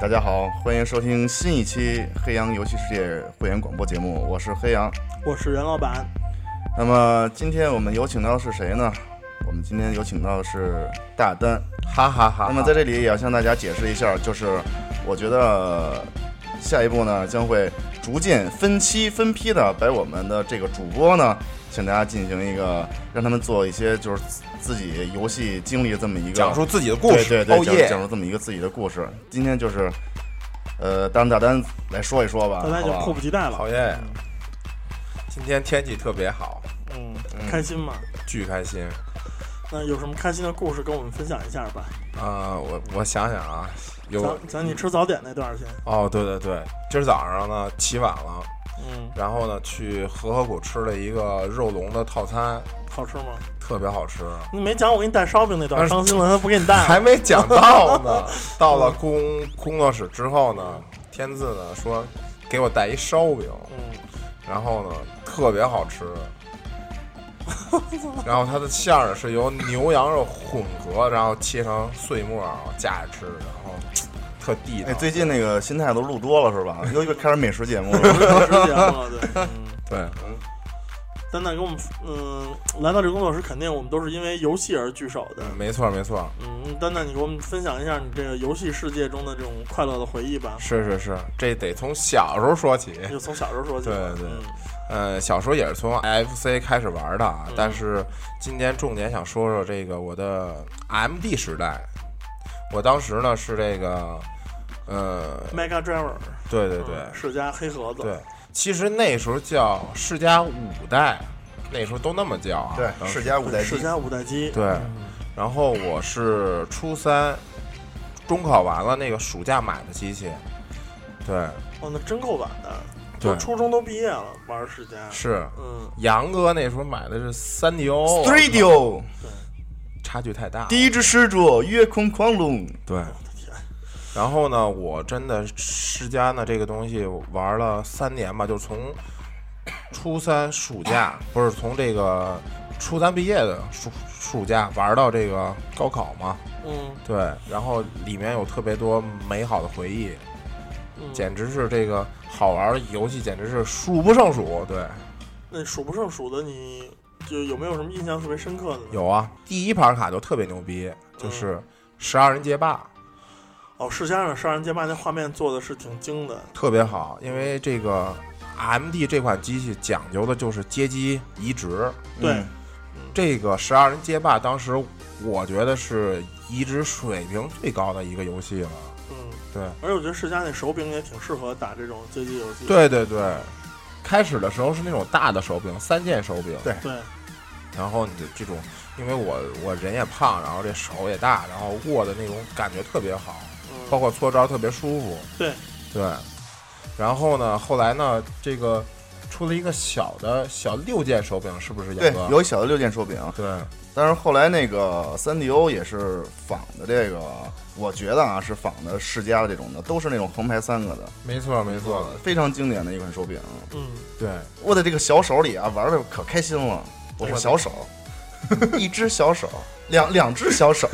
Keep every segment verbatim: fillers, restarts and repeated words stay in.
大家好，欢迎收听新一期黑羊游戏世界会员广播节目，我是黑羊， 我是袁老板。 那么今天我们有请到的是谁呢？我们今天有请到的是大丹， 哈哈哈。 那么在这里也要向大家解释一下，就是我觉得下一步呢将会逐渐分期分批的把我们的这个主播呢，请大家进行一个让他们做一些就是自己游戏经历这么一个讲述自己的故事， 对对对， oh、 讲, yeah 讲述这么一个自己的故事。今天就是呃，当大丹来说一说吧， 大家已经迫不及待了。 好耶！嗯、今天天气特别好， 嗯，开心吗？ 巨开心。 那有什么开心的故事跟我们分享一下吧？ 啊、呃，我我想想啊，有咱咱你吃早点那段先。 哦，对对对，今儿早上呢起晚了， 嗯， 然后呢去和合谷吃了一个肉龙的套餐， 好吃吗？ 特别好吃。 你没讲我给你带烧饼那段，伤心了，他不给你带， 还没讲到呢。到了工工作室之后呢，天字呢说给我带一烧饼， 嗯， 然后呢特别好吃。然后它的馅儿是由牛羊肉混合，然后切成碎末，然后夹着吃，然后特地道。 哎，最近那个心态都录多了是吧？又一个开始美食节目了， 美食节目了，对，嗯， 对， 嗯。丹丹给我们，嗯，来到这个工作室，肯定我们都是因为游戏而聚首的。 没错，没错。 嗯，丹丹，你给我们分享一下你这个游戏世界中的这种快乐的回忆吧。 是是是，这得从小时候说起。 就从小时候说起。 对对。嗯呃，小时候也是从 F C 开始玩的，嗯、但是今天重点想说说这个我的 M D 时代。我当时呢是这个，呃 ，Mega Driver。 对对对， 嗯、世嘉黑盒子。 对，其实那时候叫世嘉五代，那时候都那么叫啊。 对，世嘉五代机。 世嘉五代机。 对，嗯、然后我是初三，中考完了，那个暑假买的机器。对。 哦，那真够晚的。 对， 初中都毕业了，玩世嘉是， 嗯， 杨哥那时候买的是三 D O，three D O， 对， 差距太大。 第一只施主月空狂龙， 对。然后呢，我真的世嘉呢这个东西玩了三年吧，就从初三暑假，不是从这个初三毕业的暑暑假玩到这个高考嘛， 嗯， 对。然后里面有特别多美好的回忆。 嗯、 简直是这个好玩的游戏，简直是数不胜数。对， 那数不胜数的，你就有没有什么印象特别深刻的呢？ 有啊，第一盘卡就特别牛逼，就是十二人街霸。 嗯、哦，世嘉上十二人街霸那画面做的是挺精的， 特别好。因为这个 M D 这款机器讲究的就是街机移植。 对， 嗯、这个十二人街霸当时我觉得是移植水平最高的一个游戏了。对， 而且我觉得世嘉那手柄也挺适合打这种街机游戏。 对对对，开始的时候是那种大的手柄，三键手柄。 对对。 然后你这种，因为我我人也胖，然后这手也大，然后握的那种感觉特别好， 嗯、 包括搓招特别舒服。 对对。然后呢，后来呢，这个出了一个小的小六键手柄，是不是？ 对，有一小的六键手柄。 对。 但是后来那个 三 D O 也是仿的这个。我觉得啊，是仿的世嘉的这种的，都是那种横排三个的。 没错，没错， 非常经典的一款手柄。 嗯， 对， 握在这个小手里啊，玩的可开心了。我是小手，一只小手，两两只小手，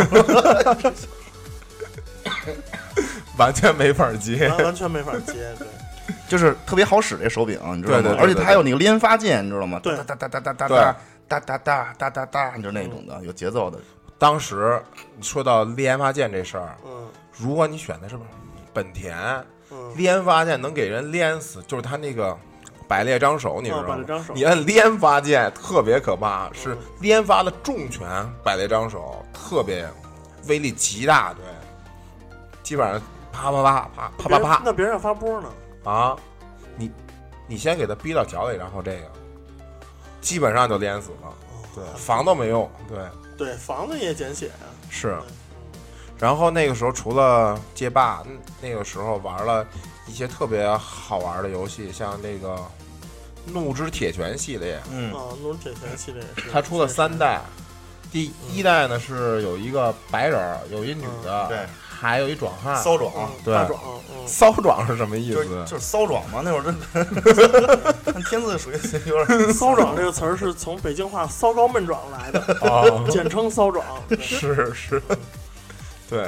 完全没法接， 完完全没法接，对， 就是特别好使这手柄，你知道吗？ 对对对对对， 而且它还有那个连发键，你知道吗？ 对， 哒哒哒哒哒哒哒哒哒哒哒哒哒，就是那种的，有节奏的。 当时说到连发键这事儿， 嗯， 如果你选的是本田， 嗯， 连发键能给人连死，就是他那个百列张手，你知道吗？ 哦、 你按连发键特别可怕，嗯、是连发的重拳，百列张手特别威力极大，对，基本上啪啪啪啪啪啪啪。 那别人要发波呢？ 啊，你你先给他逼到脚里，然后这个基本上就连死了， 哦、 对，防都没用，对。 对，房子也减血啊。 是，然后那个时候除了街霸，那个时候玩了一些特别好玩的游戏，像那个《怒之铁拳》系列。 嗯，啊，《怒之铁拳》系列是。 它出了三代，第一代呢是有一个白人，有一女的， 嗯、对， 还有一壮汉。 骚壮， 对， 大壮，嗯， 骚壮是什么意思？ 就是就是骚壮嘛，那会儿真，天字属于有点。 骚壮这个词儿是从北京话“骚高闷壮”来的， 哦， 简称骚壮。 是是，对，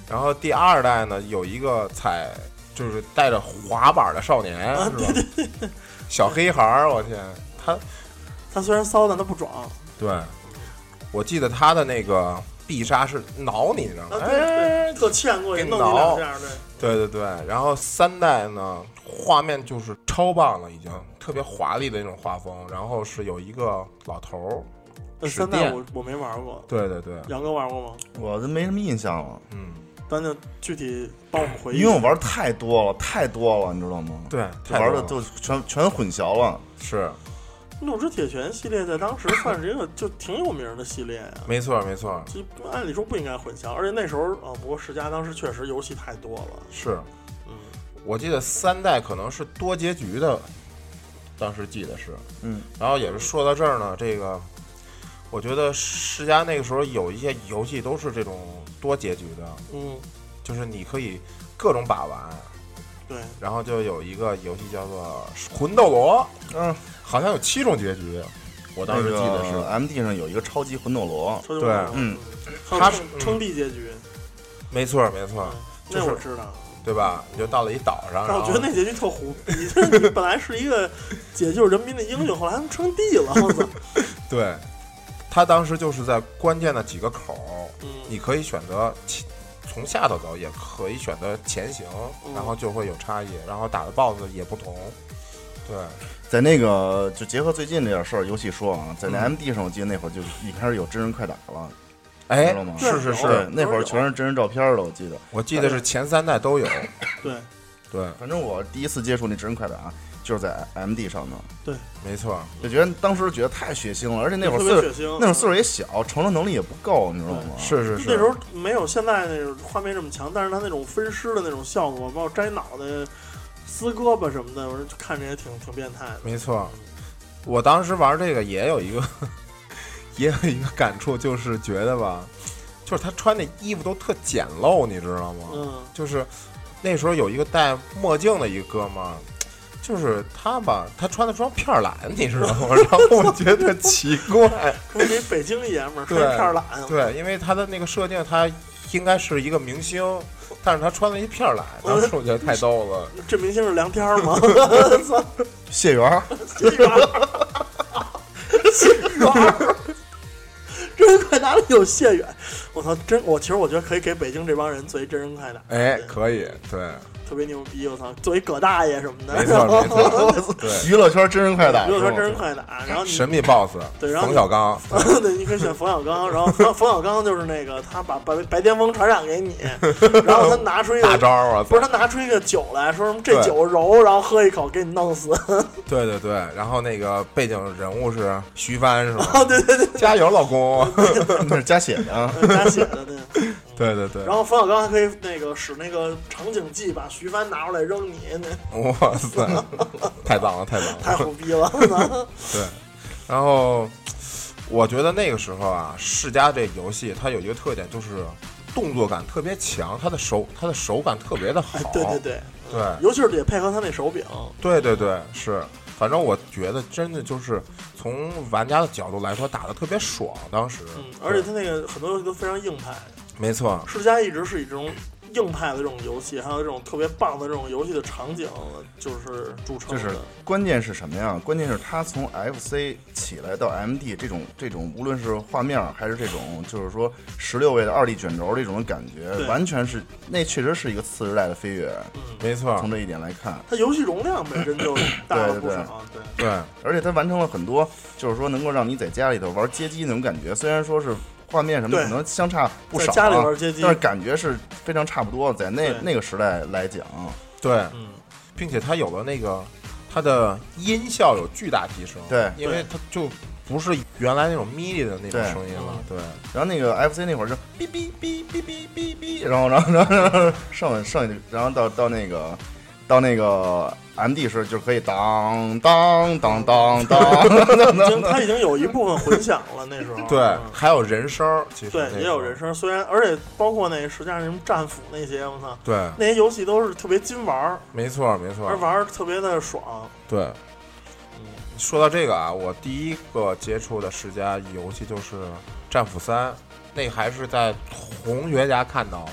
然后第二代呢，有一个踩就是带着滑板的少年， 啊， 是吧？ 对对对， 小黑孩儿，我天，他他虽然骚，但他不壮。 对，我记得他的那个必杀是挠你，知道吗？ 啊，对对，特欠过去，弄你两下， 对对对对。然后三代呢，画面就是超棒了，已经特别华丽的那种画风，然后是有一个老头儿。 三代我我没玩过。 对对对， 杨哥玩过吗？ 我都没什么印象了。 嗯。 咱就具体帮我们回忆， 因为我玩太多了，太多了，你知道吗？ 对， 玩的就全全混淆了。 是， 怒之铁拳系列在当时算是一个就挺有名的系列呀、啊。 没错没错， 就按理说不应该混淆，而且那时候啊，不过世嘉当时确实游戏太多了。 是， 嗯， 我记得三代可能是多结局的，当时记得是， 嗯， 然后也是说到这儿呢，这个。我觉得世嘉那个时候有一些游戏都是这种多结局的， 嗯， 就是你可以各种把玩， 对， 然后就有一个游戏叫做《魂斗罗》， 嗯， 好像有七种结局，我当时记得是、 那个、M D 上有一个超级魂斗罗， 对， 嗯， 它是称帝结局， 没错没错， 嗯、 就是、 那我知道。 对吧？你就到了一岛上， 但我觉得那结局特虎逼，就是你本来是一个解救人民的英雄，后来他们称帝了，我操！ 对。他当时就是在关键的几个口， 嗯， 你可以选择从下头走，也可以选择前行， 嗯、 然后就会有差异，然后打的 B O S S 也不同。对， 在那个就结合最近这点事儿，游戏说啊，在那 M D 上，我记得那会儿就一开始有真人快打了， 哎， 知道吗？ 是是是， 对，那会儿全是真人照片的，我记得。 我记得是前三代都有。 对， 对， 反正我第一次接触那真人快打。就是在 M D 上的， 对， 没错， 就觉得当时觉得太血腥了，而且那会儿岁数那会儿岁数也小，承受能力也不够，你知道吗？ 是是是， 那时候没有现在那种画面这么强，但是它那种分尸的那种效果，包括摘脑袋、撕胳膊什么的，我说看着也挺挺变态的。 没错，我当时玩这个也有一个也有一个感触，就是觉得吧，就是他穿的衣服都特简陋，你知道吗？ 嗯， 就是那时候有一个戴墨镜的一个哥们儿。就是他吧，他穿的双片蓝，你知道吗？然后我觉得奇怪， 因为北京爷们儿穿片蓝， 对，因为他的那个设定，他应该是一个明星，但是他穿了一片蓝，当时我觉得太逗了。 这明星是梁天吗？ 谢元， 谢元，谢元，真人快打里有谢远，我操，真我其实我觉得可以给北京这帮人做一真人快打， 哎，可以，对。 特别牛逼，我操！作为葛大爷什么的， 没错没错，对， 娱乐圈真人快打， 娱乐圈真人快打，然后神秘 boss， 对，然后冯小刚， 对，你可以选冯小刚，然后冯冯小刚就是那个他把白白癜风传染给你，然后他拿出一个大招啊， 不是他拿出一个酒来说什么这酒柔，然后喝一口给你弄死。 对对对，然后那个背景人物是徐帆是吧？ 哦，对对对， 加油老公， 那是加血的， 加血的对。 对对对， 然后冯小刚还可以那个使那个场景技，把徐帆拿出来扔你，那哇塞，太脏了，太脏了， 太虎逼了。 对，然后我觉得那个时候啊，世嘉这游戏它有一个特点，就是动作感特别强，它的手它的手感特别的好。 对对对对， 尤其是得配合它那手柄。 对对对，是。反正我觉得真的就是从玩家的角度来说，打得特别爽。当时， 嗯，而且它那个很多游戏都非常硬派。 没错， 世嘉一直是以这种硬派的这种游戏，还有这种特别棒的这种游戏的场景，就是著称的。 就是关键是什么呀？关键是它从 F C 起来到 M D 这种这种，无论是画面还是这种，就是说十六位的二 D 卷轴这种感觉，完全是那确实是一个次时代的飞跃。 嗯， 没错。 从这一点来看， 它游戏容量本身就大了不少。 对对对， 而且它完成了很多，就是说能够让你在家里头玩街机那种感觉。虽然说是画面什么可能相差不少、啊， 在家里玩街机， 但是感觉是非常差不多。在那那个时代来讲， 对， 嗯， 并且它有了那个它的音效有巨大提升， 对， 因为它就不是原来那种 M I D I 的那种声音了，对。对然后那个 F C 那会儿就哔哔哔哔哔哔哔，然后然后然后然后剩剩下，然后到到那个。到那个 M D 时就可以当当当当当， 已经它已经有一部分混响了那时候。 对，嗯、还有人声，其实对也有人声。虽然而且包括那实际上什么战斧那些，我操， 对， 那些游戏都是特别金玩， 没错没错， 而玩特别的爽。 对，嗯，说到这个啊，我第一个接触的世嘉游戏就是战斧三，那还是在同学家看到的。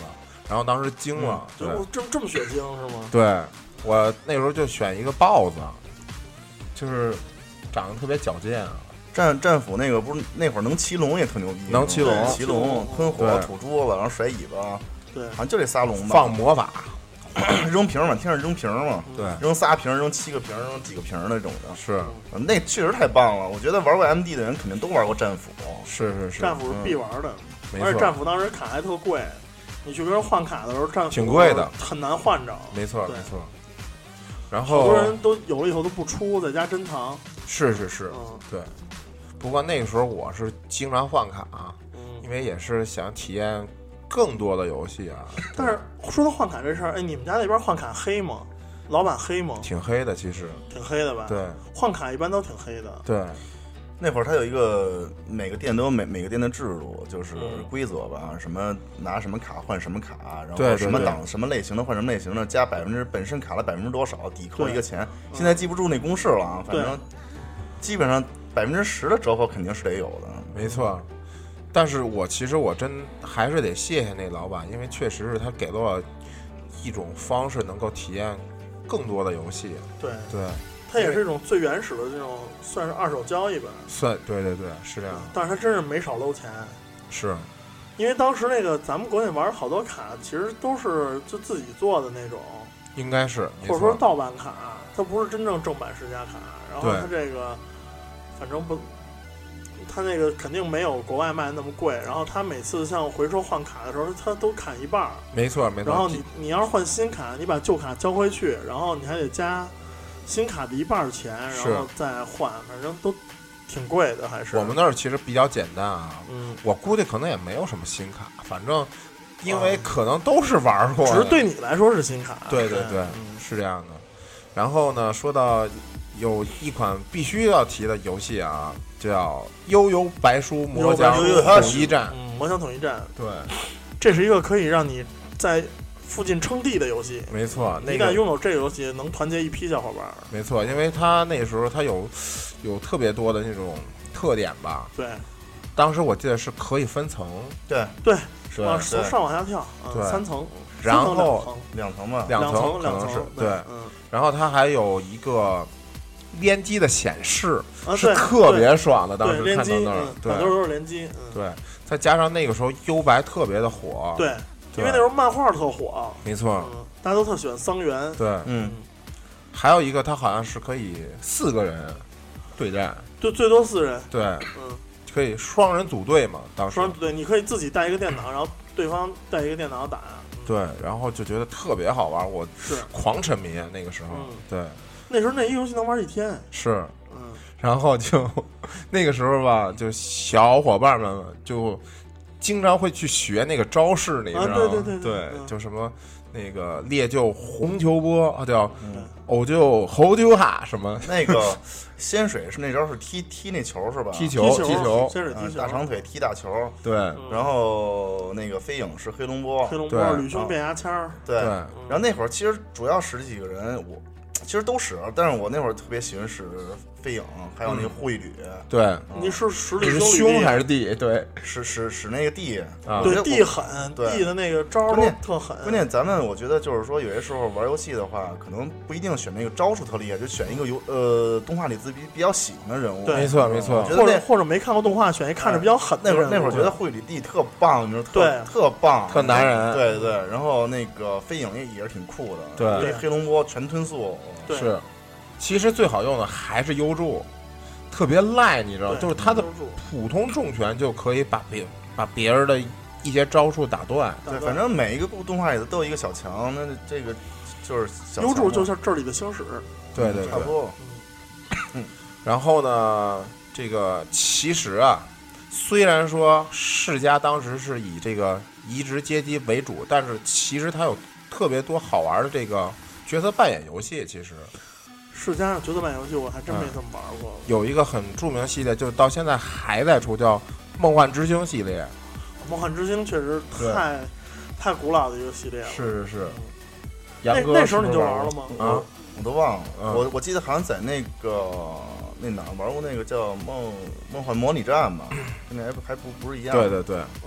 然后当时惊了， 嗯、 对， 这这么血腥是吗？ 对，我那时候就选一个豹子，就是长得特别矫健啊。 战战斧那个不是那会儿能骑龙也特牛逼， 能骑龙， 骑龙喷火吐珠子，然后甩尾巴， 对， 好像就这仨龙吧。 放魔法， 扔瓶嘛，天上扔瓶嘛， 对， 扔仨瓶，扔七个瓶，扔几个瓶那种的。 是， 那确实太棒了。我觉得玩过 M D 的人肯定都玩过战斧。 是是是， 战斧是必玩的， 嗯、 而且战斧当时卡还特贵，你去跟人换卡的时候，战斧挺贵的， 很难换着。 没错没错。然后好多人都有了以后都不出，在家珍藏。 是是是，嗯、对。不过那个时候我是经常换卡， 嗯， 因为也是想体验更多的游戏啊。 但是说到换卡这事儿，哎，你们家那边换卡黑吗？老板黑吗？ 挺黑的，其实挺黑的吧？ 对， 换卡一般都挺黑的。 对， 那会儿它有一个每个店都有每每个店的制度，就是规则吧， 嗯、 什么拿什么卡换什么卡，然后什么档什么类型的换什么类型的，加百分之本身卡了百分之多少，抵扣一个钱。现在记不住那公式了啊，反正基本上。百分之十的折扣肯定是得有的， 没错。但是我其实我真还是得谢谢那老板，因为确实是他给了我一种方式，能够体验更多的游戏。 对对， 它也是一种最原始的这种，算是二手交易吧。 算，对对对，是这样。 但是他真是没少搂钱。 是， 因为当时那个咱们国内玩好多卡，其实都是就自己做的那种， 应该是， 或者说盗版卡，它不是真正正版世家卡。然后它这个。反正不，他那个肯定没有国外卖那么贵。然后他每次像回收换卡的时候，他都砍一半。 没错没错。 然后你你要是换新卡，你把旧卡交回去，然后你还得加新卡的一半钱，然后再换，反正都挺贵的。还是我们那儿其实比较简单啊。 嗯， 我估计可能也没有什么新卡，反正因为可能都是玩过的， 只是对你来说是新卡。 对对对， 嗯、 是这样的。然后呢，说到。有一款必须要提的游戏啊，叫《悠悠白书魔奖统一战》。 嗯，魔奖统一战。 对， 这是一个可以让你在附近称帝的游戏。 没错， 一旦拥有这个游戏，能团结一批小伙伴。 没错，因为它那时候它有有特别多的那种特点吧。 对， 当时我记得是可以分层。 对对， 是往从上往下跳， 对， 三层。 然后两层吧， 两层可能是对， 嗯。 然后它还有一个。联机的显示、 啊、 是特别爽的，当时看到那儿，对， 很多都是联机，嗯， 对，再加上那个时候幽白特别的火， 对，因为那时候漫画特火， 没错、 嗯，大家都特喜欢桑原， 对，嗯，还有一个它好像是可以四个人对战， 对，最多四人， 对， 嗯， 可以双人组队嘛，当时双人组队，你可以自己带一个电脑，然后对方带一个电脑打，嗯、 对，然后就觉得特别好玩，我是狂沉迷那个时候， 嗯、 对。 那时候那一游戏能玩一天， 是， 嗯， 然后就那个时候吧，就小伙伴们就经常会去学那个招式，你知道吗？ 啊、对对对对, 对， 对就什么那个烈救红球波啊，叫偶救猴丢哈什么那个仙水是那招是踢踢那球是吧？ 踢球踢球， 仙水踢球， 大长腿踢大球， 对。 然后那个飞影是黑龙波， 黑龙波吕兄变牙签儿， 对。然后那会儿其实主要使几个人我。其实都使，但是我那会儿特别喜欢使飞影，还有那个护翼旅。 嗯、对， 嗯、你是使你是凶还是地？对， 使使使那个地啊， 对地狠，地的那个招都特狠。 关键咱们我觉得就是说，有些时候玩游戏的话，可能不一定选那个招数特厉害，就选一个游呃动画里自己比较喜欢的人物。 对， 没错没错。 或者或者没看过动画，选一看着比较狠的人物。那会儿那会儿觉得护翼旅地特棒，你知道特对特棒， 特男人。 对对对，然后那个飞影也也是挺酷的， 对， 黑龙波全吞速。 是，其实最好用的还是幽助，特别赖，你知道，就是他的普通重拳就可以把别把别人的一些招数打断。 对，反正每一个动画里都有一个小强，那这个就是小幽助就像这里的星矢， 对对对， 差不多。 嗯，然后呢，这个其实啊，虽然说世嘉当时是以这个移植街机为主，但是其实它有特别多好玩的这个角色扮演游戏。其实世嘉上角色扮演游戏我还真没这么玩过、嗯、 有一个很著名的系列就到现在还在出，叫梦幻之星系列。 梦幻之星确实太太古老的一个系列了。 是是是、嗯、 那那时候你就玩了吗？ 啊，我都忘了、 嗯、 我我记得好像在那个那哪玩过那个叫梦梦幻模拟战吧，跟那还还不不是一样。 对对对。 嗯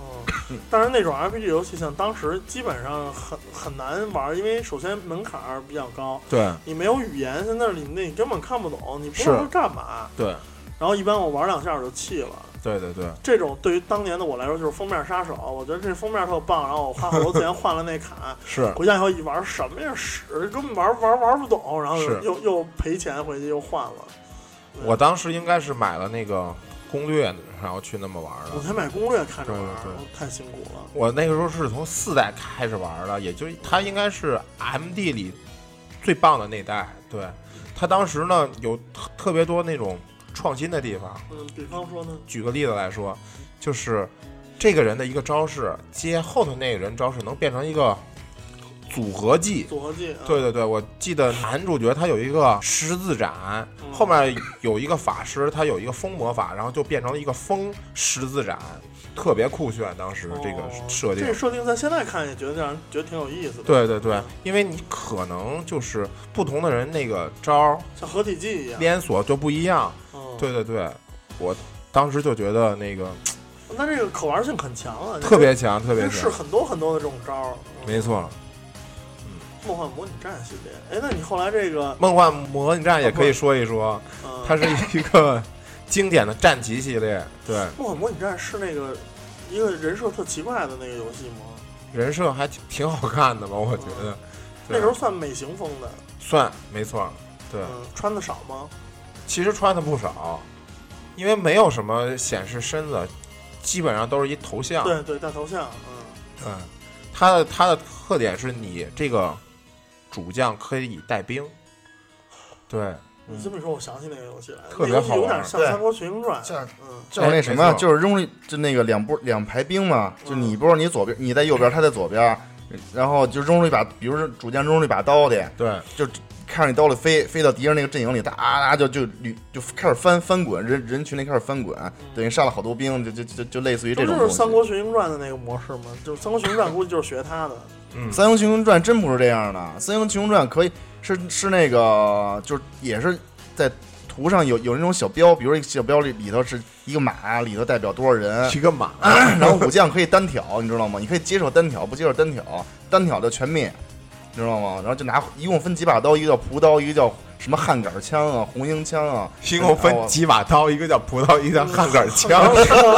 但是那种 R P G 游戏，像当时基本上很很难玩，因为首先门槛比较高， 对， 你没有语言在那里，那你根本看不懂，你不知道它干嘛。 对。 然后一般我玩两下我就弃了。 对对对， 这种对于当年的我来说就是封面杀手，我觉得这封面特棒，然后我花好多钱换了那卡， 是回家以后一玩什么呀屎，根本玩玩玩不懂，然后又又赔钱回去又换了。 我当时应该是买了那个攻略，然后去那么玩的。 我才买攻略看着玩， 对对对， 太辛苦了。 我那个时候是从四代开始玩的，也就它应该是 M D 里最棒的那代。对，它当时呢有特别多那种创新的地方。 嗯，比方说呢？ 举个例子来说，就是这个人的一个招式接后头那个人招式能变成一个组合技。 组合技。 对对对，我记得男主角他有一个十字斩， 嗯、 后面有一个法师，他有一个风魔法，然后就变成了一个风十字斩，特别酷炫。当时这个设定， 哦、这个设定在现在看也觉得让人觉得挺有意思的。 对对对，因为你可能就是不同的人那个招像合体技一样， 连锁就不一样。 嗯、 对对对，我当时就觉得那个， 那这个可玩性很强啊， 特别强，特别强， 是很多很多的这种招。 嗯、没错。 梦幻模拟战系列，哎，那你后来这个梦幻模拟战也可以说一说， 嗯、 它是一个经典的战棋系列。对， 梦幻模拟战是那个一个人设特奇怪的那个游戏吗？ 人设还挺挺好看的吧，我觉得。嗯、 那时候算美型风的。 算，没错。对、 嗯，穿的少吗？ 其实穿的不少，因为没有什么显示身子，基本上都是一头像。 对对，大头像。嗯。 嗯，它的它的特点是你这个主将可以带兵。对。 你这么一说，我想起那个游戏来了， 特别好玩， 有点像《三国群英传》。 像， 嗯， 就是那什么，就是扔就那个两波两排兵嘛，就你一波，你左边你在右边，他在左边，然后就扔出一把，比如说主将扔出一把刀的， 对， 就看着你刀里飞，飞到敌人那个阵营里，哒哒就就就开始翻翻滚，人人群里开始翻滚，等于杀了好多兵，就就就就类似于这种。 这就是《三国群英传》的那个模式吗？就是《三国群英传》估计就是学他的。 嗯， 《三国群英传》真不是这样的，《三国群英传》可以是是那个，就是也是在。图上有有那种小标，比如一个小标里里头是一个马，里头代表多少人， 一个马， 然后武将可以单挑，你知道吗？你可以接受单挑，不接受单挑，单挑就全灭，你知道吗？然后就拿一共分几把刀，一个叫朴刀，一个叫什么焊杆枪啊、红缨枪啊， 一共分几把刀，一个叫朴刀，一个叫焊杆枪，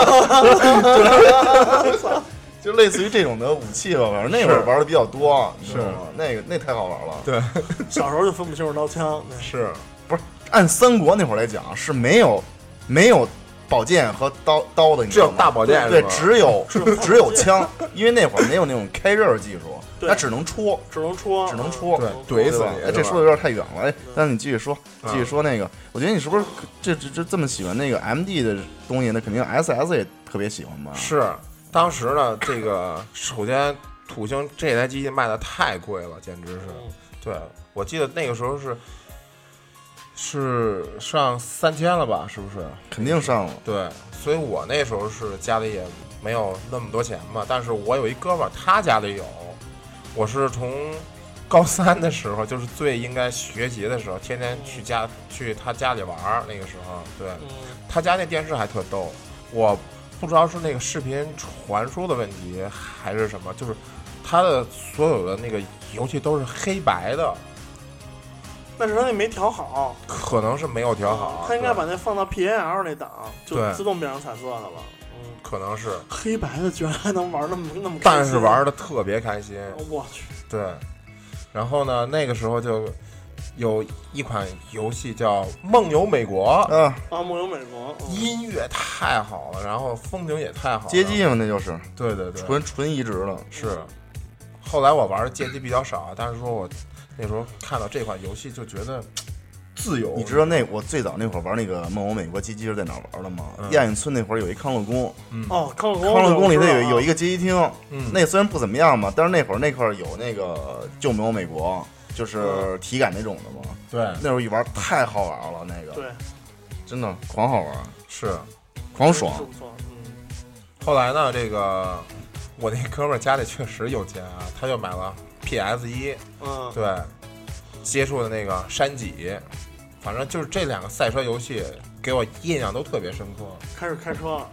就类似于这种的武器吧。反正那会儿玩的比较多， 是那个那太好玩了。 对， 小时候就分不清楚刀枪， 是。 按三国那会儿来讲是没有没有宝剑和刀刀的，你知道吗？ 只有大宝剑， 对，只有只有枪，因为那会儿没有那种开刃技术，它只能戳， 只能戳， 只能戳， 对，怼死你。 哎，这说的有点太远了，哎，但是你继续说，继续说那个，我觉得你是不是这这这这么喜欢那个 M D 的东西？那肯定 S S 也特别喜欢吧？ 是，当时呢，这个首先土星这台机器卖的太贵了，简直是，对我记得那个时候是。是上三千了吧？是不是？ 肯定上了。 对，所以我那时候是家里也没有那么多钱嘛，但是我有一哥们儿，他家里有。我是从高三的时候，就是最应该学习的时候，天天去家去他家里玩儿。那个时候，对，他家那电视还特逗。我不知道是那个视频传输的问题还是什么，就是他的所有的那个游戏都是黑白的。 但是他那没调好， 可能是没有调好。 他应该把那放到 P A L 那档，就自动变成彩色的了。 嗯，可能是黑白的，居然还能玩那么那么开心， 但是玩的特别开心。 我去， 对。然后呢，那个时候就有一款游戏叫《梦游美国》 啊啊，梦游美国， 嗯、音乐太好了，然后风景也太好了， 街机嘛，那就是对对对， 纯纯移植了。 是。后来我玩的街机比较少，但是说我。那时候看到这款游戏就觉得自由。 你知道那我最早那会儿玩那个梦游美国街机是在哪玩的吗？嗯、亚运村那会儿有一康乐宫， 嗯、哦，康乐宫， 康乐宫里头有有一个街机厅， 嗯， 那虽然不怎么样嘛，但是那会儿那块儿有那个旧梦游美国，就是体感那种的嘛。 对， 那会儿一玩太好玩了，那个对， 真的狂好玩， 是狂爽。 是不错，嗯。 后来呢，这个我那哥们儿家里确实有钱啊，他就买了。P S 一， 嗯， 对，接触的那个山脊，反正就是这两个赛车游戏给我印象都特别深刻。 开始开车，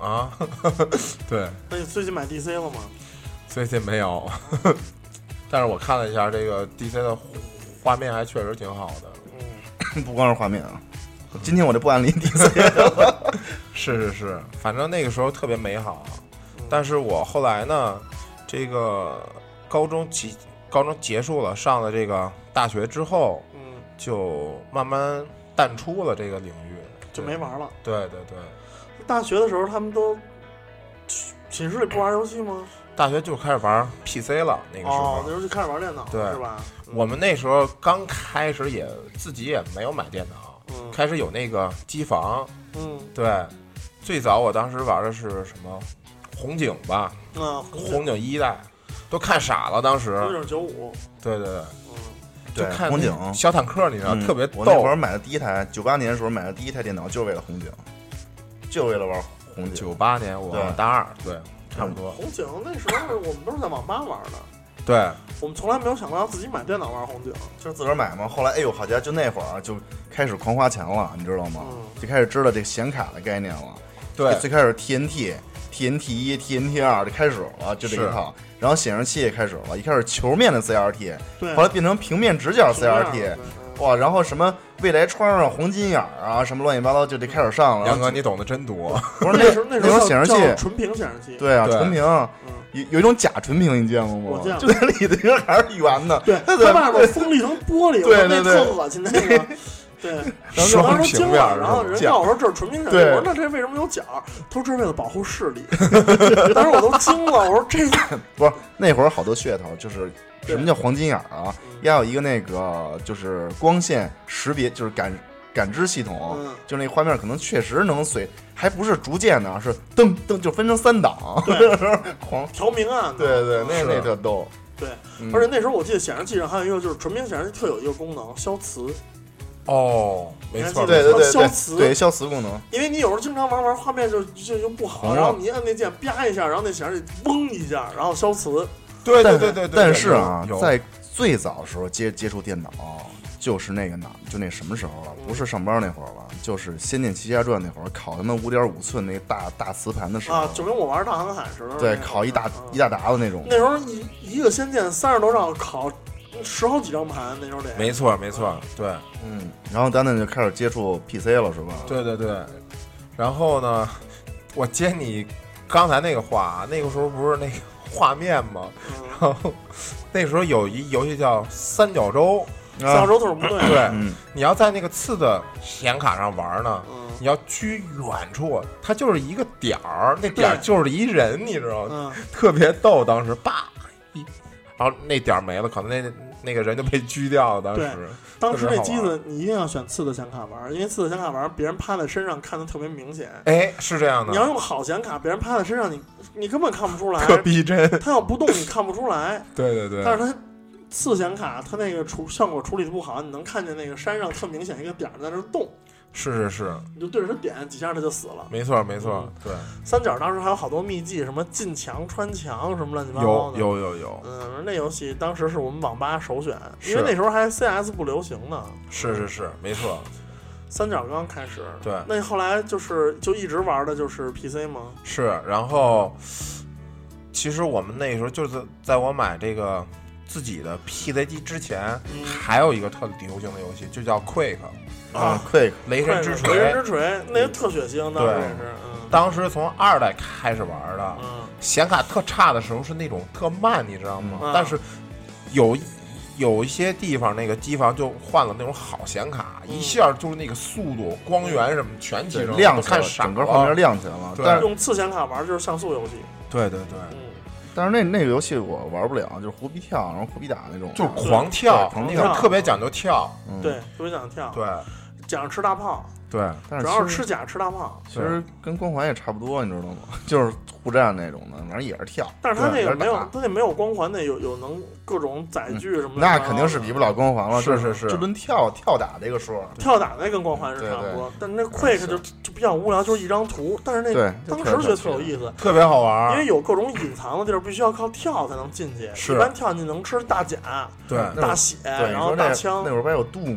啊，对。 那你最近买 D C 了吗？ 最近没有，但是我看了一下这个 D C 的画面，还确实挺好的。 嗯， 不光是画面啊，今天我就不安利 D C 了。 是是是，反正那个时候特别美好。但是我后来呢，这个高中结高中结束了，上了这个大学之后， 嗯， 就慢慢淡出了这个领域， 就没玩了。 对对对。 大学的时候，他们都寝室里不玩游戏吗？ 大学就开始玩 P C 了，那个时候， 哦，那时候就开始玩电脑， 对， 是吧？ 嗯、我们那时候刚开始也自己也没有买电脑， 嗯， 开始有那个机房， 嗯， 对，最早我当时玩的是什么红警吧， 啊， 红警一代，都看傻了，当时。 红警九五， 对对对， 嗯， 就看红警小坦克，你知道、嗯、特别逗。 我那会儿买的第一台，九八年的时候买的第一台电脑，就是为了红警，就为了玩红警。 九八年我大二，对。差不多。 红警那时候我们都是在网吧玩的， 对， 我们从来没有想过要自己买电脑玩红警， 就是自个儿买嘛。后来哎呦好家伙，就那会儿就开始狂花钱了，你知道吗？ 嗯、 就开始知道这个显卡的概念了。 对， 最开始 T N T、T N T 一、T N T 二就开始了，就这一套。然后显示器也开始了，一开始球面的 C R T， 后来变成平面直角 C R T。哇，然后什么未来窗啊、黄金眼啊，什么乱七八糟就得开始上了。 杨哥，你懂得真多。 不是那时候那时候显示器纯屏显示器， 对啊，纯屏，有有一种假纯屏，你见过吗？ 我见过， 就在里头还是圆的。 对，它外边封了一层玻璃， 对对对， 特恶心那个。对，然后当时惊了，然后人告诉我说这是纯屏显示器，我说那这为什么有角？他说这是为了保护视力。当时我都惊了，我说这不是那会儿好多噱头，就是什么叫黄金眼啊？要有一个那个就是光线识别，就是感感知系统， 嗯、 就那画面可能确实能随，还不是逐渐的，是噔噔就分成三档， 对， 黄调明暗， 对对，那那特逗。 对，而且那时候我记得显示器上还有一个就是纯屏显示器特有一个功能，消磁。 哦，没错， 对对对， 消磁， 对消磁功能。 因为你有时候经常玩玩，画面就就就不好，然后你按那键啪一下，然后那显示器嗡一下，然后消磁。 对对对对对。 但是啊，在最早的时候接接触电脑，就是那个哪，就那什么时候了？不是上班那会儿了，就是《仙剑奇侠传》那会儿，考他们五点五寸那大大磁盘的时候啊，就跟我玩大航海似的。 对，考一大一大沓子那种。 那时候一一个仙剑三十多兆，考十好几张盘，那时候得。 没错没错，对， 嗯。然后咱们就开始接触 P C 了，是吧？ 对对对。然后呢，我接你刚才那个话，那个时候不是那个画面吗？ 嗯、 然后那时候有一游戏叫三角洲。 三角洲特种部队， 对， 嗯、 你要在那个次的显卡上玩呢， 嗯、 你要居远处，它就是一个点儿，那点儿就是一人，你知道吗？ 嗯、 特别逗，当时叭一，然后那点儿没了，可能那那个人就被狙掉了。当时， 当时那机子你一定要选次的显卡玩，因为次的显卡玩，别人趴在身上看得特别明显。 哎，是这样的。 你要用好显卡，别人趴在身上，你你根本看不出来， 特逼真。 他要不动，你看不出来。 对对对。 但是他。次显卡它那个处效果处理的不好，你能看见那个山上特明显一个点在那动。 是是是， 你就对着它点几下，它就死了。 没错没错， 嗯、 对。 三角当时还有好多秘技，什么进墙穿墙什么乱七八糟的。 有有有有。 嗯，那游戏当时是我们网吧首选，因为那时候还 C S 不流行呢。 是是是，没错。 三角刚开始。 对。 那后来就是就一直玩的就是 P C 吗？ 是，然后其实我们那时候就是在我买这个。自己的 P C 机之前、 嗯、 还有一个特流行的游戏，就叫 Quake 啊 ，Quake 雷神之锤， 雷神之锤那个特血腥，当时也是，嗯， 当时从二代开始玩的， 嗯， 显卡特差的时候是那种特慢，你知道吗？ 嗯、 但是有有一些地方那个机房就换了那种好显卡， 嗯、 一下就是那个速度、光源什么全提升， 亮起来了， 看整个画面亮起来了。 但是用次显卡玩就是像素游戏， 对对对。 嗯但是那那个游戏我玩不了，就是胡逼跳，然后胡逼打那种， 就是狂跳， 狂跳，特别讲究跳， 嗯、对，特别讲究跳， 对， 讲吃大炮， 对， 但是主要是吃甲吃大炮， 其实跟光环也差不多，你知道吗？就是互战那种的，反正也是跳， 但是他那个没有，他那没有光环，那有有能各种载具什么的， 那肯定是比不了光环了， 是是是， 就论跳跳打这个说， 跳打那跟光环是差不多，但是那 Quake 就就比较无聊，就是一张图，但是那当时觉得特有意思， 特别好玩， 因为有各种隐藏的地儿，必须要靠跳才能进去，一般跳进能吃大甲， 对， 大血，然后大枪， 那会儿还有 Doom。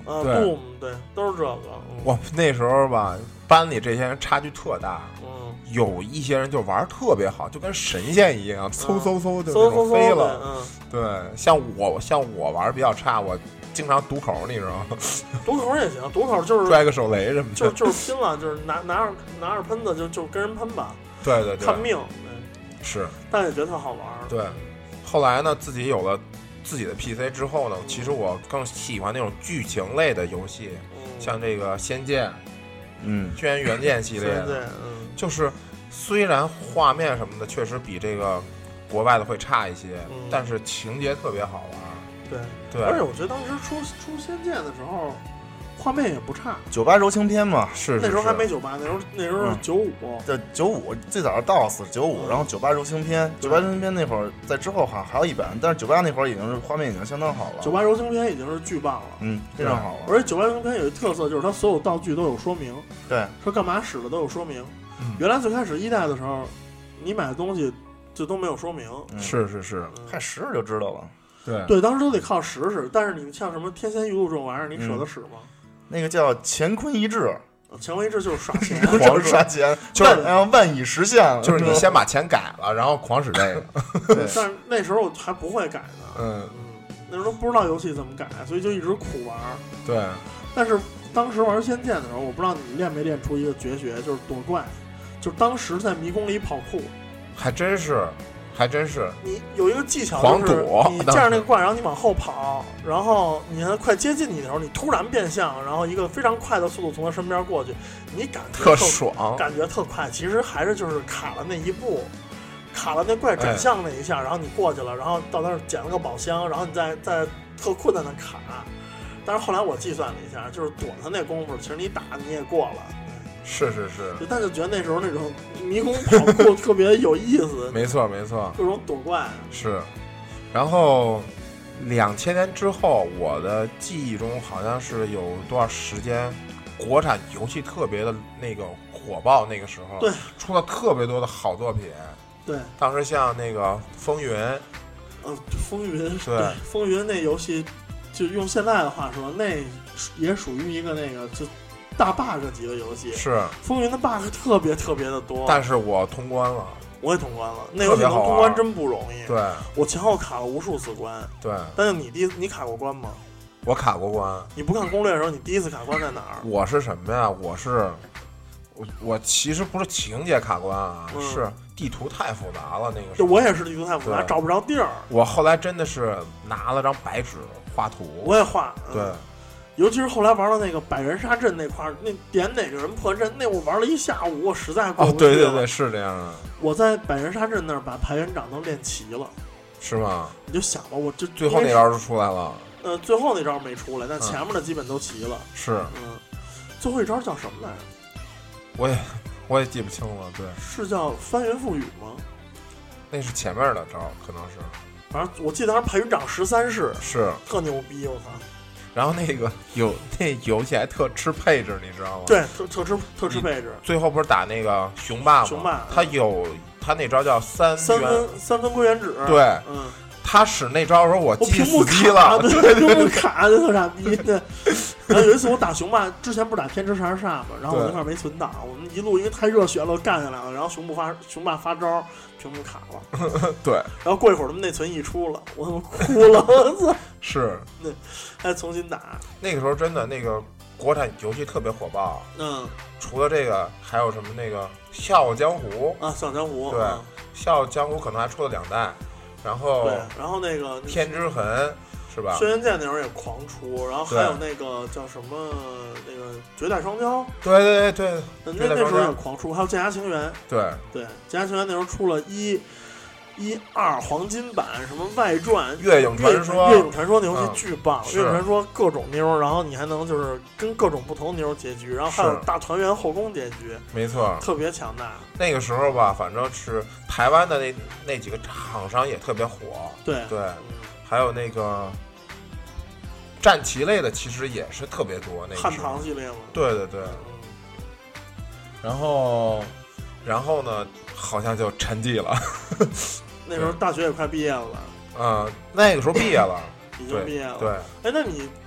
呃 Doom 对，都是这个。嗯、 我那时候吧，班里这些人差距特大。 嗯。 有一些人就玩特别好，就跟神仙一样，嗖嗖嗖就那种飞了。 嗯， 对，像我像我玩比较差，我经常赌口，你知道吗？ 赌口也行，赌口就是拽个手雷什么的， 就就是拼了，就是拿拿着拿着喷子就就跟人喷吧。 对对对， 看命。 是， 但也觉得特好玩。 对，后来呢，自己有了自己的 P C 之后呢，嗯、其实我更喜欢那种剧情类的游戏，嗯、像这个《仙剑》。 嗯， 轩辕元剑系列的， 嗯， 就是虽然画面什么的确实比这个国外的会差一些， 嗯、 但是情节特别好玩。 对对， 而且我觉得当时出出仙剑的时候，画面也不差。 九八柔情篇嘛， 是, 是, 是那时候还没九八，那时候那时候是九五。 对，九五最早是 D O S 九五，然后九八柔情篇，九八柔情篇那会儿在之后好像还有一版，但是九八那会儿已经是画面已经相当好了。 九八柔情篇已经是巨棒了， 嗯，非常好了。 而且九八柔情篇有一特色，就是它所有道具都有说明， 对， 说干嘛使的都有说明。 嗯、 原来最开始一代的时候，你买的东西就都没有说明。 嗯、 是是是， 嗯、 看实时就知道了。 对对，当时都得靠实时，但是你像什么天仙玉露这种玩意儿，你舍得使吗？ 嗯、那个叫乾坤一掷。 乾坤一掷就是耍钱， 狂刷钱， 就是然后万蚁实现， 就是你先把钱改了，然后狂使这个。 对，但是那时候还不会改呢， 嗯嗯，那时候不知道游戏怎么改，所以就一直苦玩。 对， 但是当时玩仙剑的时候，我不知道你练没练出一个绝学，就是躲怪，就是当时在迷宫里跑酷， 还真是。还真是， 你有一个技巧， 就是你见着那个怪，然后你往后跑，然后你看快接近你的时候，你突然变向，然后一个非常快的速度从他身边过去，你感觉特爽， 感觉特快。其实还是就是卡了那一步，卡了那怪转向那一下，哎、然后你过去了，然后到那儿捡了个宝箱，然后你再再特困难的卡。但是后来我计算了一下，就是躲他那功夫，其实你打你也过了。 是是是， 但就觉得那时候那种迷宫跑酷特别有意思。 没错没错， 各种躲怪是。然后两千年之后，我的记忆中好像是有多少时间，国产游戏特别的那个火爆，那个时候对出了特别多的好作品。 对， 当时像那个风云， 嗯、呃，风云对, 对风云那游戏，就用现在的话说，那也属于一个那个就。大 bug 级的游戏是风云的 bug 特别特别的多， 但是我通关了， 我也通关了。那游戏能通关真不容易。 对， 我前后卡了无数次关。 对， 但是你第你卡过关吗？ 我卡过关。 你不看攻略的时候，你第一次卡关在哪儿？ 我是什么呀？我是我我其实不是情节卡关啊，嗯、是地图太复杂了。那个时候我也是地图太复杂，找不着地儿。 我后来真的是拿了张白纸画图， 我也画。嗯、 对。 尤其是后来玩到那个百人杀阵那块儿，那点哪个人破阵，那我玩了一下午，我实在过不去了。 哦，对对对，是这样的。 我在百人杀阵那儿把排元掌都练齐了， 是吗？ 你就想吧，我这最后那招就出来了。 呃，最后那招没出来，但前面的基本都齐了。 嗯、是， 嗯，最后一招叫什么来着？ 我也我也记不清了。对， 是叫翻云覆雨吗？ 那是前面的招，可能是。 反正我记得当时排云掌十三式， 是特牛逼，我操！ 然后那个有那游戏还特吃配置，你知道吗？ 对，特特吃特吃配置。 最后不是打那个雄霸吗？ 雄霸， 他有他那招叫三三分三分归元指。 对， 嗯， 他使那招的时候，我记死机了， 对， 屏幕卡就特傻逼。对。然后有一次我打雄霸，之前不是打天之禅煞嘛，然后我那块没存档，我们一路因为太热血了干下来了，然后雄霸发雄霸发招，屏幕卡了。 对。 然后过一会儿他们内存一出了，我他妈哭了，我操！ 是。 那还重新打。 那个时候真的那个国产游戏特别火爆。 嗯。除了这个，还有什么那个《笑傲江湖》 啊，《笑傲江湖》 对， 嗯 《笑傲江湖》可能还出了两代，然后对，然后那个天之痕。是吧？ 轩辕剑那会儿也狂出，然后还有那个叫什么那个绝代双骄， 对对对对，那那时候也狂出，还有剑侠情缘， 对对，剑侠情缘那时候出了一、一二黄金版，什么外传、 月影传说、 月影传说那游戏巨棒， 嗯、 月影传说各种妞，然后你还能就是跟各种不同妞结局，然后还有大团圆后宫结局， 没错， 特别强大。 那个时候吧，反正是台湾的那那几个厂商也特别火， 对对、嗯，还有那个。战棋类的其实也是特别多，那个汉唐系列嘛， 对对对。然后，然后呢，好像就沉寂了。 那时候大学也快毕业了吧？ 嗯，那个时候毕业了， 已经毕业了。 对。 哎，那你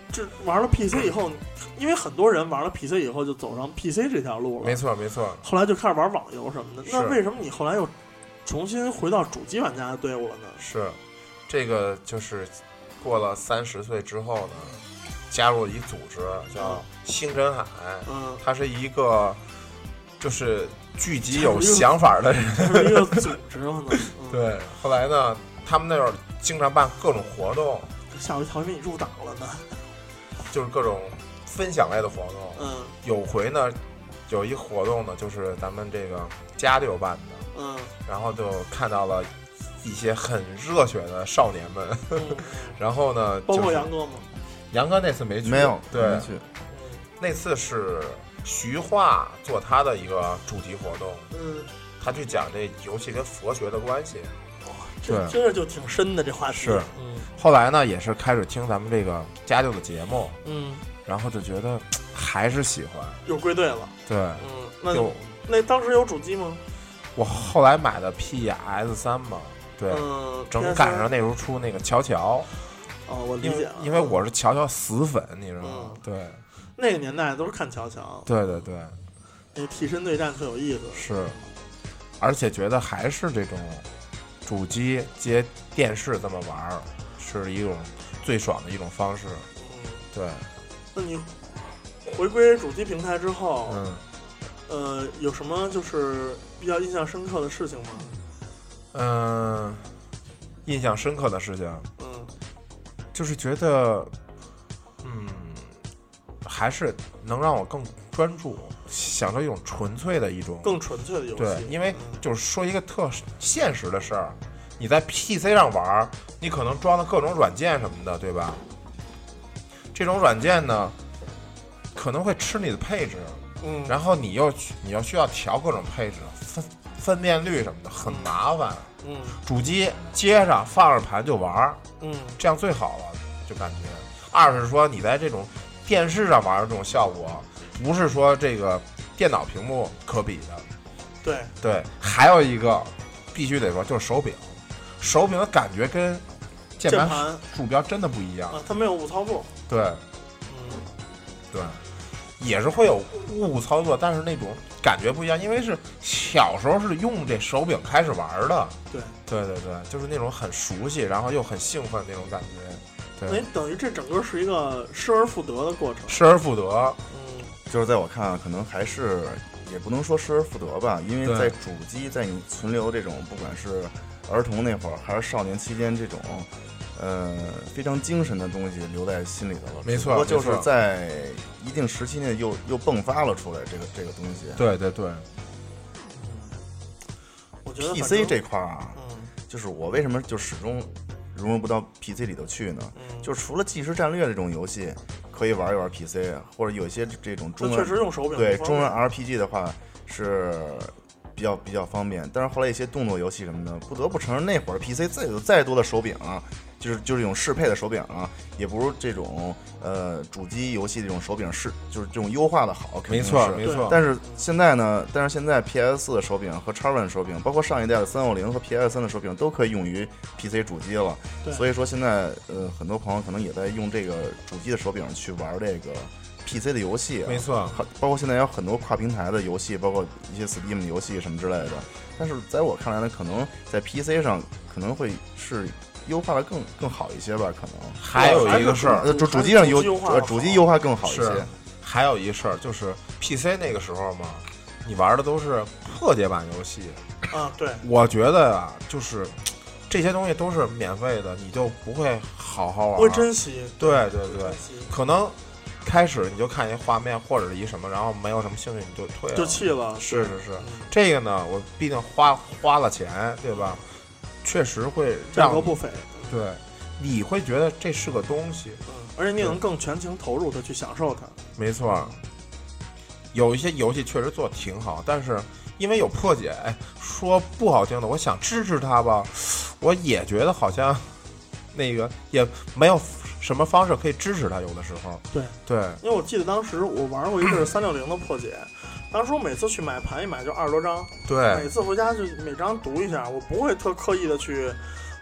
这玩了 P C 以后，因为很多人玩了 P C 以后就走上 P C 这条路了， 没错没错。 后来就开始玩网游什么的。那为什么你后来又重新回到主机玩家的队伍了呢？ 是，这个就是过了三十岁之后呢，加入了一组织叫星辰海， 嗯， 它是一个就是聚集有想法的人， 是一个组织呢。嗯、 对，后来呢，他们那儿经常办各种活动， 吓我一跳，以为你入党了呢。 就是各种分享类的活动。 嗯， 有回呢，有一活动呢，就是咱们这个家六办的。 嗯， 然后就看到了一些很热血的少年们， 嗯、 然后呢， 包括杨哥吗？ 杨哥那次没去， 没有， 对， 没去。 那次是徐化做他的一个主题活动， 嗯， 他去讲这游戏跟佛学的关系。 哇、哦，这听着就挺深的这话题。 是， 嗯。 后来呢，也是开始听咱们这个家六的节目， 嗯， 然后就觉得还是喜欢， 又归队了。 对， 嗯，那就那当时有主机吗？ 我后来买的 P S 三嘛，对， 嗯， 正赶上那时候出那个乔乔。 哦，我理解了， 因为我是乔乔死粉，你知道吗？ 嗯、 对， 那个年代都是看乔乔。 对对对， 那替身对战特有意思。 是，而且觉得还是这种主机接电视这么玩儿，是一种最爽的一种方式。 嗯， 对。 那你回归主机平台之后， 嗯， 呃，有什么就是比较印象深刻的事情吗？ 嗯、呃，印象深刻的事情， 嗯。 就是觉得，嗯，还是能让我更专注，享受一种纯粹的一种更纯粹的游戏。 对，因为就是说一个特现实的事儿，你在 P C 上玩，你可能装的各种软件什么的，对吧？这种软件呢，可能会吃你的配置， 嗯， 然后你又你又需要调各种配置，分分辨率什么的，很麻烦。 嗯， 主机接上放着盘就玩， 嗯， 这样最好了，就感觉。二是说你在这种电视上玩的这种效果，不是说这个电脑屏幕可比的。 对对，还有一个必须得说就是手柄，手柄的感觉跟键盘鼠标真的不一样啊，它没有误操作。 对， 嗯， 对，也是会有误操作，但是那种感觉不一样，因为是小时候是用这手柄开始玩的。 对， 对对对，就是那种很熟悉，然后又很兴奋那种感觉。对， 哎，等于这整个是一个失而复得的过程。 失而复得， 嗯， 就是在我看，可能还是也不能说失而复得吧，因为在主机在你存留这种，不管是儿童那会儿还是少年期间这种。呃，非常精神的东西留在心里头了。 没错， 不过就是在一定时期内又又迸发了出来，这个这个东西。 对对对。 嗯，我觉得 P C 这块啊， 嗯， 就是我为什么就始终融入不到 P C 里头去呢？ 嗯， 就是除了即时战略这种游戏可以玩一玩 P C， 或者有一些这种中文确实用手柄对中文 R P G 的话是。比较比较方便，但是后来一些动作游戏什么的，不得不承认那会儿 P C 再有再多的手柄啊，就是就是这种适配的手柄啊，也不如这种呃主机游戏这种手柄是就是这种优化的好，肯定是没错没错。 但是现在呢，但是现在 P S 四的手柄和 X one 手柄，包括上一代的三六零和 P S 三的手柄都可以用于 P C 主机了。所以说现在呃很多朋友可能也在用这个主机的手柄去玩这个。P C 的游戏、啊、 没错， 包括现在有很多跨平台的游戏，包括一些 Steam 的游戏什么之类的。但是在我看来呢，可能在 P C 上可能会是优化的更更好一些吧。可能还有一个事儿， 主主机上优呃主机优化更好一些。 还有一个事儿就是 P C 那个时候嘛，你玩的都是破解版游戏啊。对， 我觉得啊，就是这些东西都是免费的，你就不会好好玩， 不会珍惜。 对对对，可能。开始你就看一画面或者是一什么，然后没有什么兴趣你就退了， 就弃了。 是是是，嗯、这个呢，我毕竟花花了钱，对吧？确实会让价格不菲。 对，你会觉得这是个东西， 嗯，而且你能更全情投入的去享受它。 没错，有一些游戏确实做得挺好，但是因为有破解，哎，说不好听的，我想支持它吧，我也觉得好像那个也没有。什么方式可以支持它？有的时候， 对对， 因为我记得当时我玩过一个是三六零的破解，当时我每次去买盘一买就二十多张， 对， 每次回家就每张读一下，我不会特刻意的去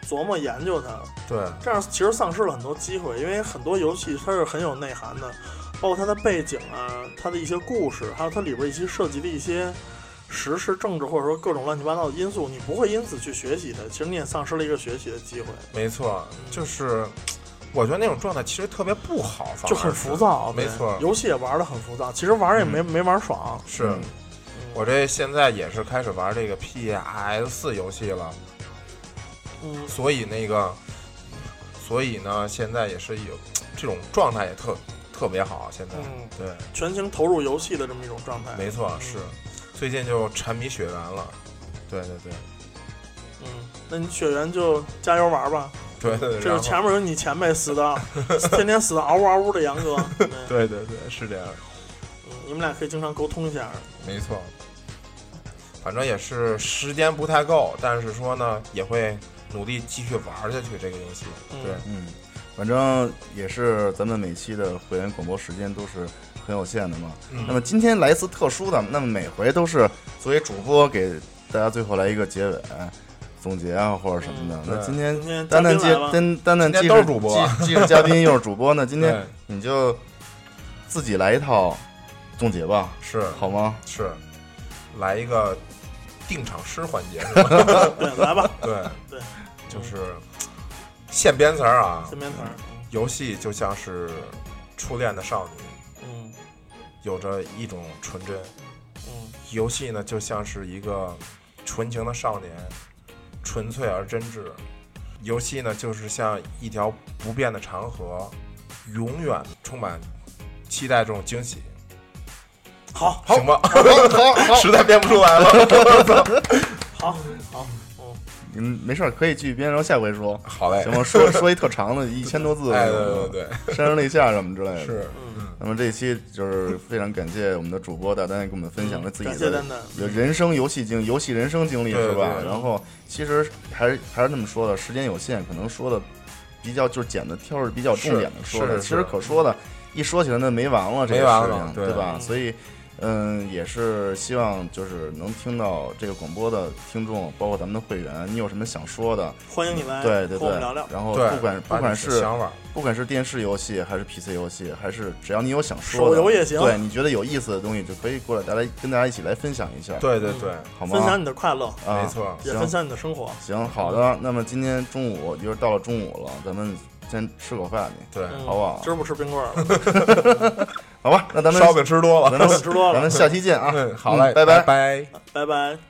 琢磨研究它。 对， 这样其实丧失了很多机会，因为很多游戏它是很有内涵的，包括它的背景啊，它的一些故事，还有它里边一些涉及的一些时事政治或者说各种乱七八糟的因素，你不会因此去学习它，其实你也丧失了一个学习的机会。 没错，就是我觉得那种状态其实特别不好， 就很浮躁。 没错， 游戏也玩得很浮躁，其实玩也没、嗯、没玩爽。 是、嗯、我这现在也是开始玩这个 P S 四游戏了， 嗯， 所以那个，所以呢，现在也是有这种状态也特特别好。现在， 嗯， 对， 全情投入游戏的这么一种状态。 没错，是。最近就沉迷血缘了，对对对， 嗯，那你血缘就加油玩吧。 对对对， 这是前面有你前辈死的，天天死的嗷呜嗷呜的杨哥。 对对对，是这样。 嗯，你们俩可以经常沟通一下。 没错，反正也是时间不太够，但是说呢，也会努力继续玩下去这个游戏。对， 嗯，反正也是咱们每期的会员广播时间都是很有限的嘛。 嗯、 那么今天来一次特殊的，那么每回都是作为主播给大家最后来一个结尾。总结啊，或者什么的。 嗯、 那今天单单接单单单既是主播， 既是嘉宾又是主播，那今天你就自己来一套总结吧， 是好吗？ 是，来一个定场诗环节， 对，来吧。 对对， 就是现编词儿啊， 现编词儿。 游戏就像是初恋的少女， 嗯， 有着一种纯真。 嗯， 游戏呢就像是一个纯情的少年。纯粹而真挚，游戏呢就是像一条不变的长河，永远充满期待这种惊喜。 好， 行吧， 好，好，好实在编不出来了。 好，好， 嗯，没事，可以继续编，然后下回说。 好嘞， 行吧，说说一特长的，一千多字， 哎，对对对， 潸然泪下什么之类的。 是， 嗯。 那么这一期就是非常感谢我们的主播大丹给我们分享了自己的有人生游戏经、游戏人生经历，是吧？然后其实还是还是那么说的，时间有限，可能说的比较就是捡的挑是比较重点的说的，其实可说的，一说起来那没完了，这个事情，对吧？所以。嗯，也是希望就是能听到这个广播的听众，包括咱们的会员，你有什么想说的， 欢迎你来对对对和我们聊聊。 然后不管不管是不管是电视游戏还是 P C 游戏，还是只要你有想说的， 手游也行， 对你觉得有意思的东西，就可以过来，大家跟大家一起来分享一下。 对对对， 好吗？ 分享你的快乐， 啊、 没错， 也分享你的生活。 行，好的。那么今天中午就是到了中午了，咱们先吃口饭去， 对， 嗯、 好不好？ 今儿不吃冰棍了。 好吧，那咱们烧饼吃多了， 咱们吃多了， 咱们下期见啊！ 嗯，好嘞， 嗯、拜拜拜拜拜。